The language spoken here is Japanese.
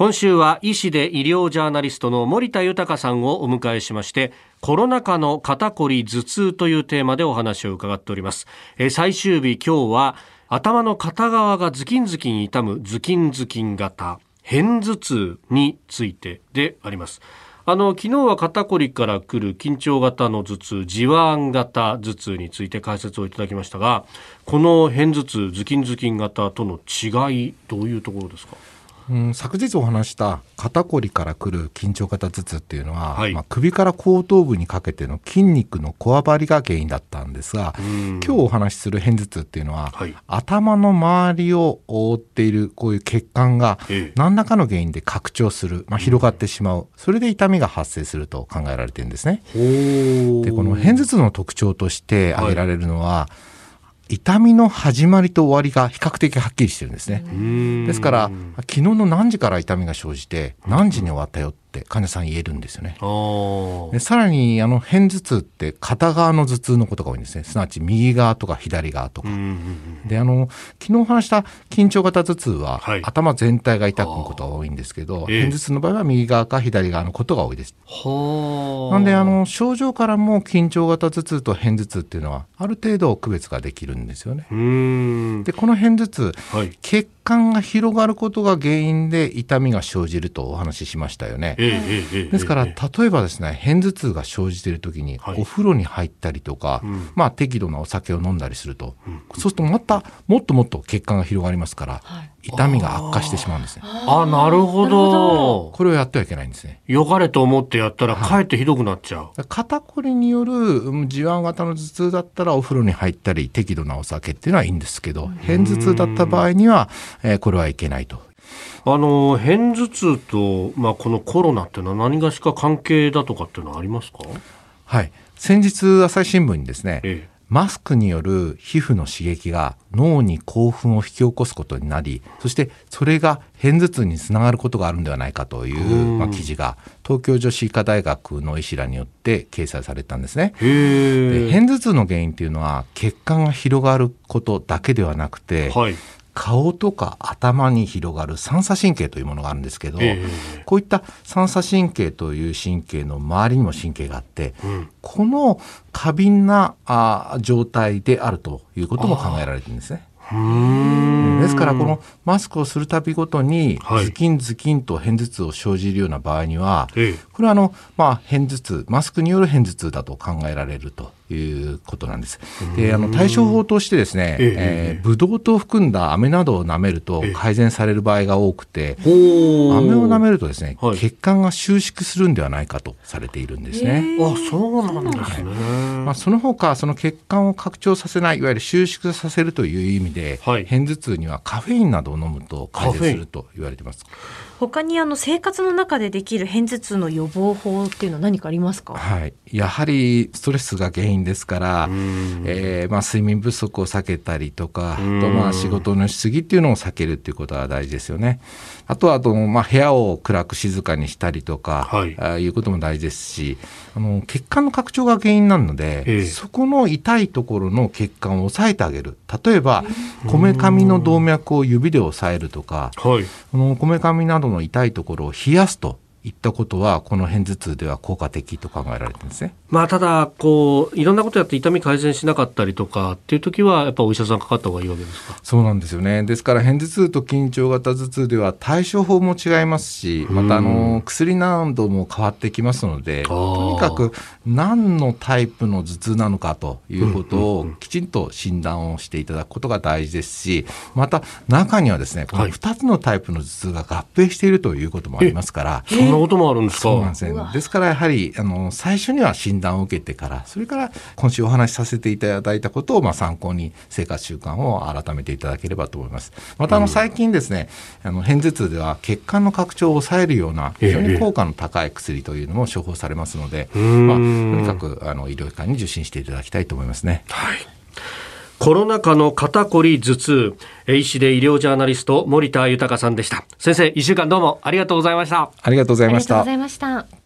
今週は医師で医療ジャーナリストの森田豊さんをお迎えしまして、コロナ禍の肩こり頭痛というテーマでお話を伺っております。最終日、今日は頭の片側がズキンズキン痛むズキンズキン型片頭痛についてであります。昨日は肩こりから来る緊張型の頭痛、じわん型頭痛について解説をいただきましたが、この片頭痛、ズキンズキン型との違い、どういうところですか？ 昨日お話した肩こりから来る緊張型頭痛っていうのは、首から後頭部にかけての筋肉のこわばりが原因だったんですが、今日お話しする片頭痛っていうのは、頭の周りを覆っているこういう血管が何らかの原因で拡張する、広がってしまう、それで痛みが発生すると考えられているんですね。で、この片頭痛の特徴として挙げられるのは、痛みの始まりと終わりが比較的はっきりしてるんですね。ですから昨日の何時から痛みが生じて何時に終わったよって患者さん言えるんですよね。でさらに片頭痛って片側の頭痛のことが多いんですね。すなわち右側とか左側とかで、昨日話した緊張型頭痛は、頭全体が痛むことが多いんですけど、片頭痛の場合は右側か左側のことが多いです。なんで症状からも緊張型頭痛と片頭痛っていうのはある程度区別ができるんですよね。でこの片頭痛、血管が広がることが原因で痛みが生じるとお話ししましたよね。ですから例えばですね、片頭痛が生じている時にお風呂に入ったりとか、適度なお酒を飲んだりすると、そうするとまたもっと血管が広がりますから、痛みが悪化してしまうんですね。 なるほど。 これをやってはいけないんですね。 よかれと思ってやったらかえってひどくなっちゃう。 肩こりによるじわん型の頭痛だったらお風呂に入ったり適度なお酒っていうのはいいんですけど、片頭痛だった場合には、これはいけないと。 片頭痛と、このコロナっていうのは何がしか関係だとかっていうのはありますか？ 先日朝日新聞にですね、マスクによる皮膚の刺激が脳に興奮を引き起こすことになり、そしてそれが片頭痛につながることがあるんではないかという、記事が東京女子医科大学の医師らによって掲載されたんですね。で片頭痛の原因というのは血管が広がることだけではなくて、顔とか頭に広がる三叉神経というものがあるんですけど、こういった三叉神経という神経の周りにも神経があって、この過敏な状態であるということも考えられているんですね。ですからこのマスクをするたびごとにズキンズキンと片頭痛を生じるような場合には、これは片頭痛、マスクによる片頭痛だと考えられるということなんです。で対処法としてですね、ブドウ糖を含んだ飴などを舐めると改善される場合が多くて、飴を舐めるとですね、血管が収縮するんではないかとされているんですね。 そうなんですね。 その他その血管を拡張させない、いわゆる収縮させるという意味で、片頭痛にはカフェインなどを飲むと改善すると言われています。 他に生活の中でできる片頭痛の予防法っていうのは何かありますか？ やはりストレスが原因ですから、睡眠不足を避けたりとか、あと仕事のしすぎっていうのを避けるっていうことは大事ですよね。あとは部屋を暗く静かにしたりとか、いうことも大事ですし、血管の拡張が原因なので、そこの痛いところの血管を抑えてあげる。例えばこめかみの動脈を指で押さえるとか、こめかみなどの痛いところを冷やすといったことはこの片頭痛では効果的と考えられているんですね。 ただいろんなことやって痛み改善しなかったりとかっていう時はやっぱお医者さんかかった方がいいわけですか？ そうなんですよね。ですから片頭痛と緊張型頭痛では対処法も違いますし、また薬なども変わってきますので、とにかく何のタイプの頭痛なのかということをきちんと診断をしていただくことが大事ですし、また中にはですね、この2つのタイプの頭痛が合併しているということもありますから。 そんなこともあるんですか？ そうなんですね。ですからやはり最初には診断を受けてから、それから今週お話しさせていただいたことを参考に生活習慣を改めていただければと思います。また最近ですね、片頭痛では血管の拡張を抑えるような非常に効果の高い薬というのも処方されますので、とにかく医療機関に受診していただきたいと思いますね。 コロナ禍の肩こり頭痛、医師で医療ジャーナリスト森田豊さんでした。先生、1週間どうもありがとうございました。 ありがとうございました。 ありがとうございました。